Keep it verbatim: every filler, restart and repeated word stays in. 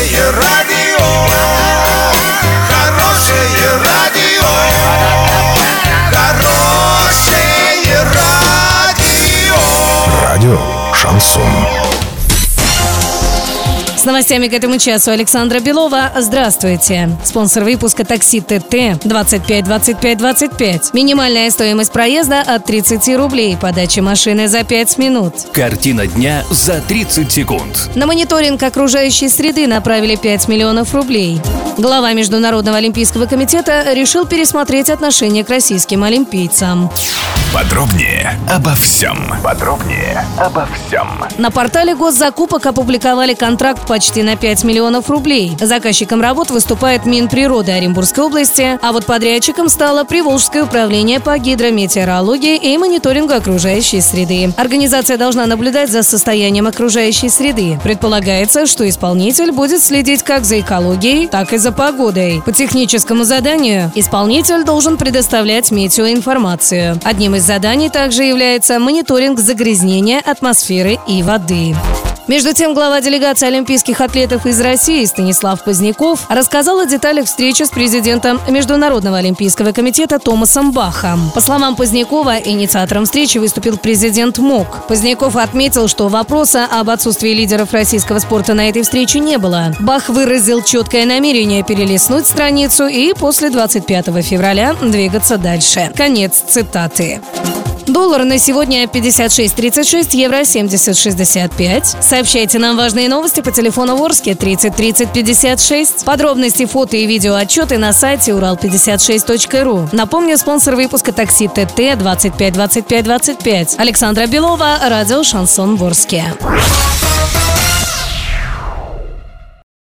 Хорошее радио, хорошее радио, хорошее радио. Радио Шансон. С новостями к этому часу Александра Белова. Здравствуйте. Спонсор выпуска такси ТТ двадцать пять двадцать пять двадцать пять. Минимальная стоимость проезда от тридцать рублей. Подача машины за пять минут. Картина дня за тридцать секунд. На мониторинг окружающей среды направили пять миллионов рублей. Глава Международного олимпийского комитета решил пересмотреть отношение к российским олимпийцам. Подробнее обо всем. Подробнее обо всем. На портале госзакупок опубликовали контракт почти на пять миллионов рублей. Заказчиком работ выступает Минприроды Оренбургской области, а вот подрядчиком стало Приволжское управление по гидрометеорологии и мониторингу окружающей среды. Организация должна наблюдать за состоянием окружающей среды. Предполагается, что исполнитель будет следить как за экологией, так и за погодой. По техническому заданию исполнитель должен предоставлять метеоинформацию. Одним из заданий также является мониторинг загрязнения атмосферы и воды. Между тем, глава делегации олимпийских атлетов из России Станислав Поздняков рассказал о деталях встречи с президентом Международного олимпийского комитета Томасом Бахом. По словам Позднякова, инициатором встречи выступил президент МОК. Поздняков отметил, что вопроса об отсутствии лидеров российского спорта на этой встрече не было. Бах выразил четкое намерение перелистнуть страницу и после двадцать пятого февраля двигаться дальше. Конец цитаты. Доллар на сегодня пятьдесят шесть тридцать шесть, евро семьдесят шестьдесят пять. Сообщайте нам важные новости по телефону Ворске тридцать тридцать пятьдесят шесть. Подробности, фото и видео отчеты на сайте урал пятьдесят шесть точка ру. Напомню, спонсор выпуска такси ТТ двадцать пять двадцать пять двадцать пять. Александра Белова, радио Шансон Ворске.